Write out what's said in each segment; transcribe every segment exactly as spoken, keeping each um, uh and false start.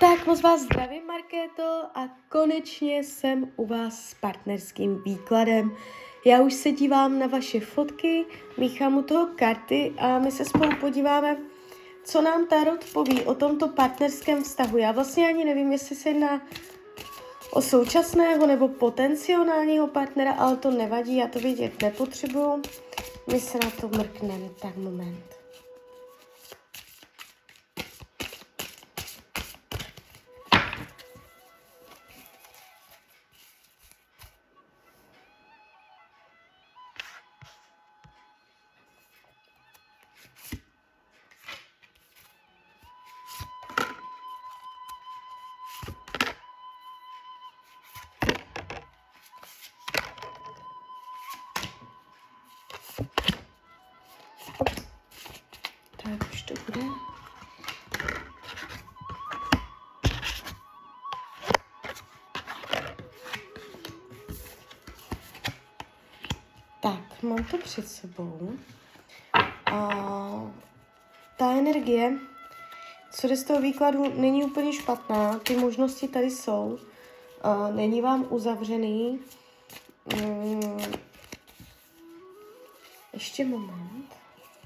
Tak moc vás zdravím, Markéto, a konečně jsem u vás s partnerským výkladem. Já už se dívám na vaše fotky, míchám u toho karty a my se spolu podíváme, co nám Tarot poví o tomto partnerském vztahu. Já vlastně ani nevím, jestli se jedná o současného nebo potenciálního partnera, ale to nevadí, já to vědět nepotřebuju. My se na to mrkneme, tak moment. Tak už to bude. Tak, mám to před sebou. A ta energie, co jde z toho výkladu, není úplně špatná. Ty možnosti tady jsou. A není vám uzavřený. Hmm. Ještě moment.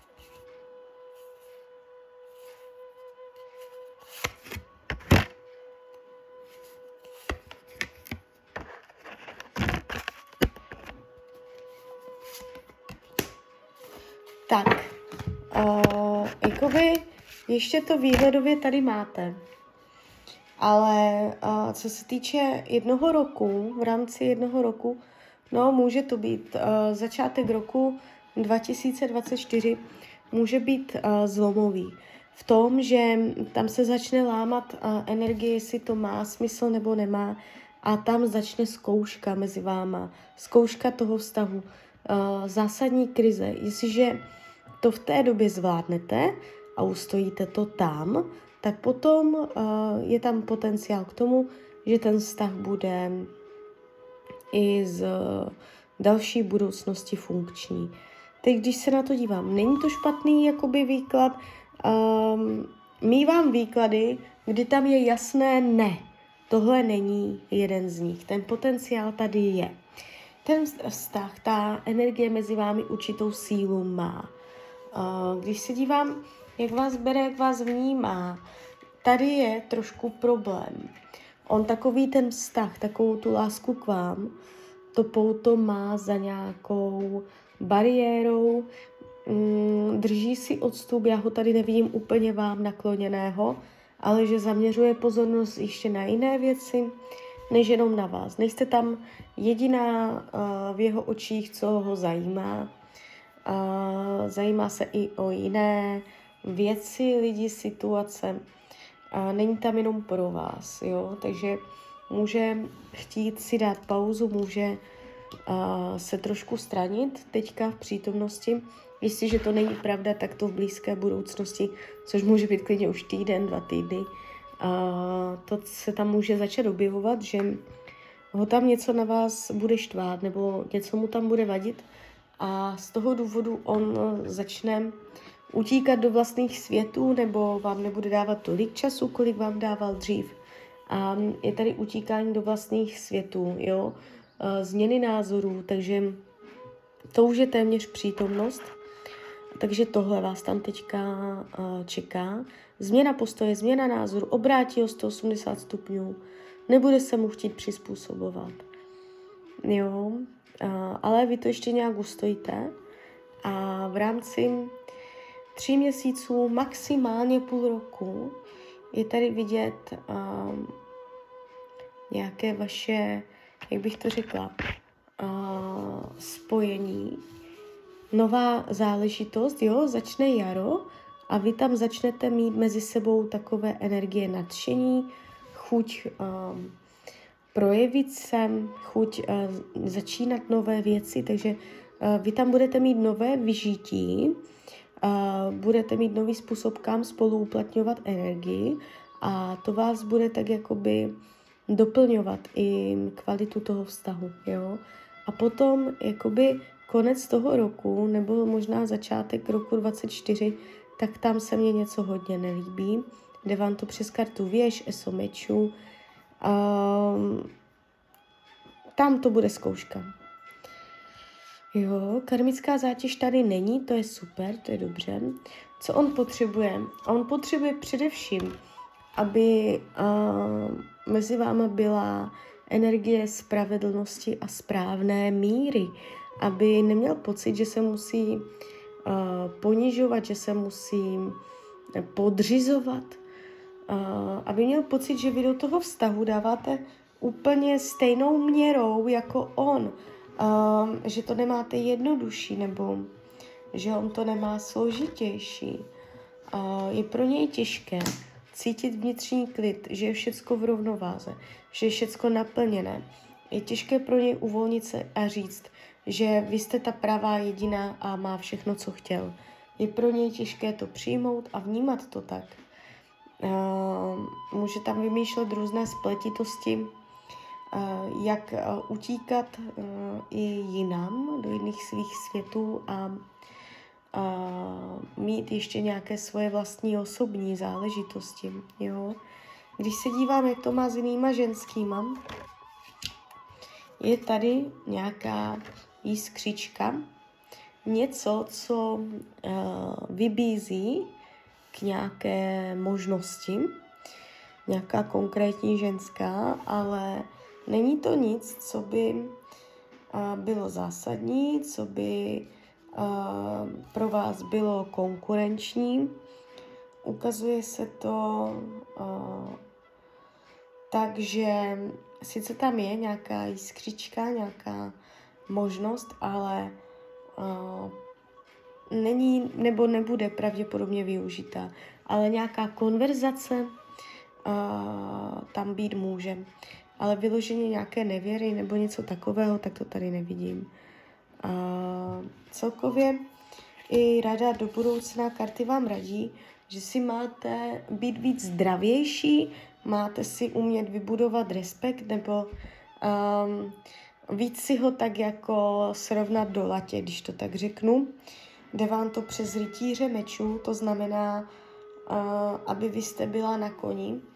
Tak, uh, jakoby ještě to výhledově tady máte, ale uh, co se týče jednoho roku, v rámci jednoho roku, no může to být uh, začátek roku dva tisíce dvacet čtyři, může být uh, zlomový v tom, že tam se začne lámat uh, energie, jestli to má smysl nebo nemá, a tam začne zkouška mezi váma, zkouška toho vztahu, uh, zásadní krize. Jestliže to v té době zvládnete a ustojíte to tam, tak potom uh, je tam potenciál k tomu, že ten vztah bude i z uh, další budoucnosti funkční. Teď, když se na to dívám, není to špatný jakoby výklad. Um, mívám výklady, kdy tam je jasné ne. Tohle není jeden z nich. Ten potenciál tady je. Ten vztah, ta energie mezi vámi určitou sílu má. Když se dívám, jak vás bere, jak vás vnímá, tady je trošku problém. On takový ten vztah, takovou tu lásku k vám, to pouto má za nějakou bariérou, drží si odstup, já ho tady nevidím úplně vám nakloněného, ale že zaměřuje pozornost ještě na jiné věci, než jenom na vás. Nejste tam jediná v jeho očích, co ho zajímá. Uh, zajímá se i o jiné věci, lidi, situace. Uh, není tam jenom pro vás, jo? Takže může chtít si dát pauzu, může uh, se trošku stranit teďka v přítomnosti. Jestliže to není pravda, tak to v blízké budoucnosti, což může být klidně už týden, dva týdny, uh, to se tam může začít objevovat, že ho tam něco na vás bude štvát nebo něco mu tam bude vadit. A z toho důvodu on začne utíkat do vlastních světů nebo vám nebude dávat tolik času, kolik vám dával dřív. A je tady utíkání do vlastních světů, jo? Změny názorů, takže to už je téměř přítomnost. Takže tohle vás tam teďka čeká. Změna postoje, změna názoru, obrátí o sto osmdesát stupňů, nebude se mu chtít přizpůsobovat. Jo? Uh, ale vy to ještě nějak ustojíte a v rámci tří měsíců, maximálně půl roku, je tady vidět uh, nějaké vaše, jak bych to řekla, uh, spojení, nová záležitost, jo, začne jaro a vy tam začnete mít mezi sebou takové energie nadšení, chuť um, projevit se, chuť uh, začínat nové věci, takže uh, vy tam budete mít nové vyžití, uh, budete mít nový způsob, kam spolu uplatňovat energii a to vás bude tak jakoby doplňovat i kvalitu toho vztahu, jo. A potom jakoby konec toho roku, nebo možná začátek roku dvacet čtyři, tak tam se mně něco hodně nelíbí. jde vám to přes kartu věž, eso mečů. Um, tam to bude zkouška. Jo, karmická zátěž tady není, to je super, to je dobře. Co on potřebuje? On potřebuje především, aby uh, mezi váma byla energie spravedlnosti a správné míry, aby neměl pocit, že se musí uh, ponižovat, že se musí podřizovat, uh, aby měl pocit, že vy do toho vztahu dáváte úplně stejnou měrou jako on, uh, že to nemáte jednodušší, nebo že on to nemá složitější. Uh, je pro něj těžké cítit vnitřní klid, že je všecko v rovnováze, že je všecko naplněné. Je těžké pro něj uvolnit se a říct, že vy jste ta pravá jediná a má všechno, co chtěl. Je pro něj těžké to přijmout a vnímat to tak. Uh, může tam vymýšlet různé spletitosti, uh, jak uh, utíkat uh, i jinam, do jiných svých světů a uh, mít ještě nějaké svoje vlastní osobní záležitosti. Jo? Když se dívám, jak to má s jinýma ženskýma, je tady nějaká jiskřička, něco, co uh, vybízí k nějaké možnosti, nějaká konkrétní ženská, ale není to nic, co by uh, bylo zásadní, co by uh, pro vás bylo konkurenční. Ukazuje se to uh, tak, že sice tam je nějaká jiskřička, nějaká možnost, ale uh, není nebo nebude pravděpodobně využitá. Ale nějaká konverzace uh, tam být může. Ale vyloženě nějaké nevěry nebo něco takového, tak to tady nevidím. Uh, celkově i rada do budoucna, karty vám radí, že si máte být víc zdravější, máte si umět vybudovat respekt nebo um, víc si ho tak jako srovnat do latě, když to tak řeknu. Jde vám to přes rytíře mečů, to znamená, uh, aby vy jste byla na koni, uh,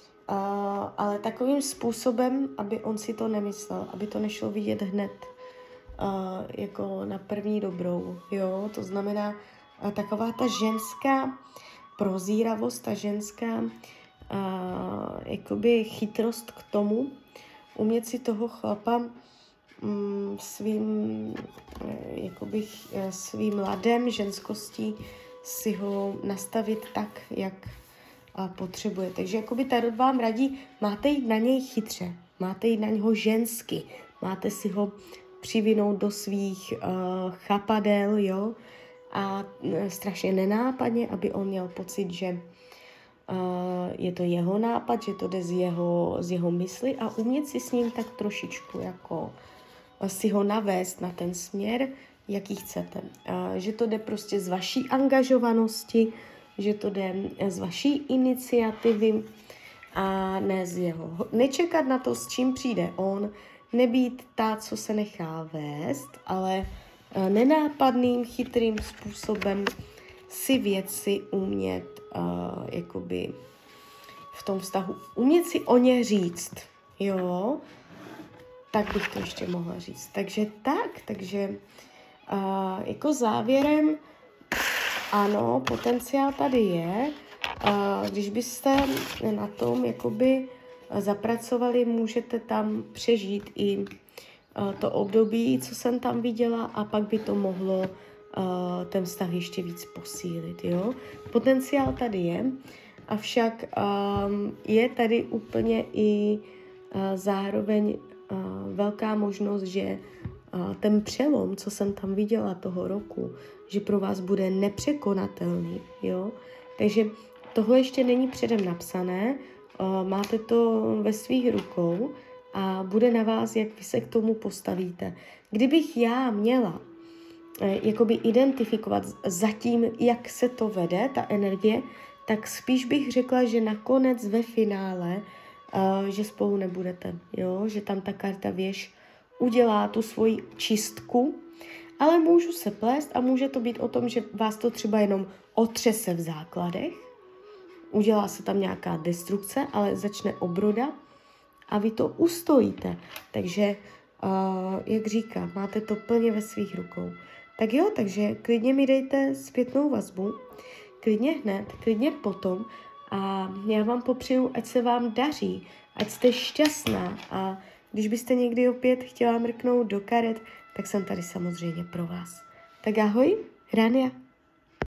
ale takovým způsobem, aby on si to nemyslel, aby to nešlo vidět hned, uh, jako na první dobrou. Jo? To znamená, uh, taková ta ženská prozíravost, ta ženská uh, jakoby chytrost k tomu, umět si toho chlapa um, svým, jakoby, svým ladem, ženskostí si ho nastavit tak, jak uh, potřebuje. Takže jakoby tarot vám radí, máte jít na něj chytře, máte jít na něho žensky, máte si ho přivinout do svých uh, chapadel, jo, a strašně nenápadně, aby on měl pocit, že uh, je to jeho nápad, že to jde z jeho, z jeho mysli a umět si s ním tak trošičku jako uh, si ho navést na ten směr, jaký chcete. Uh, že to jde prostě z vaší angažovanosti, že to jde z vaší iniciativy a ne z jeho. Nečekat na to, s čím přijde on, nebýt ta, co se nechá vést, ale nenápadným, chytrým způsobem si věci umět uh, jakoby v tom vztahu, umět si o ně říct, jo, tak bych to ještě mohla říct. Takže tak, takže uh, jako závěrem, ano, potenciál tady je, uh, když byste na tom jakoby zapracovali, můžete tam přežít i to období, co jsem tam viděla, a pak by to mohlo uh, ten vztah ještě víc posílit. Jo? Potenciál tady je, avšak um, je tady úplně i uh, zároveň uh, velká možnost, že uh, ten přelom, co jsem tam viděla toho roku, že pro vás bude nepřekonatelný. Jo? Takže tohle ještě není předem napsané, uh, máte to ve svých rukou, a bude na vás, jak vy se k tomu postavíte. Kdybych já měla eh, jakoby identifikovat zatím, jak se to vede, ta energie, tak spíš bych řekla, že nakonec ve finále, eh, že spolu nebudete. Jo? Že tam ta karta věž udělá tu svoji čistku, ale můžu se plést a může to být o tom, že vás to třeba jenom otřese v základech, udělá se tam nějaká destrukce, ale začne obroda a vy to ustojíte. Takže, uh, jak říkám, máte to plně ve svých rukou. Tak jo, takže klidně mi dejte zpětnou vazbu, klidně hned, klidně potom a já vám popřeju, ať se vám daří, ať jste šťastná a když byste někdy opět chtěla mrknout do karet, tak jsem tady samozřejmě pro vás. Tak ahoj, Rania.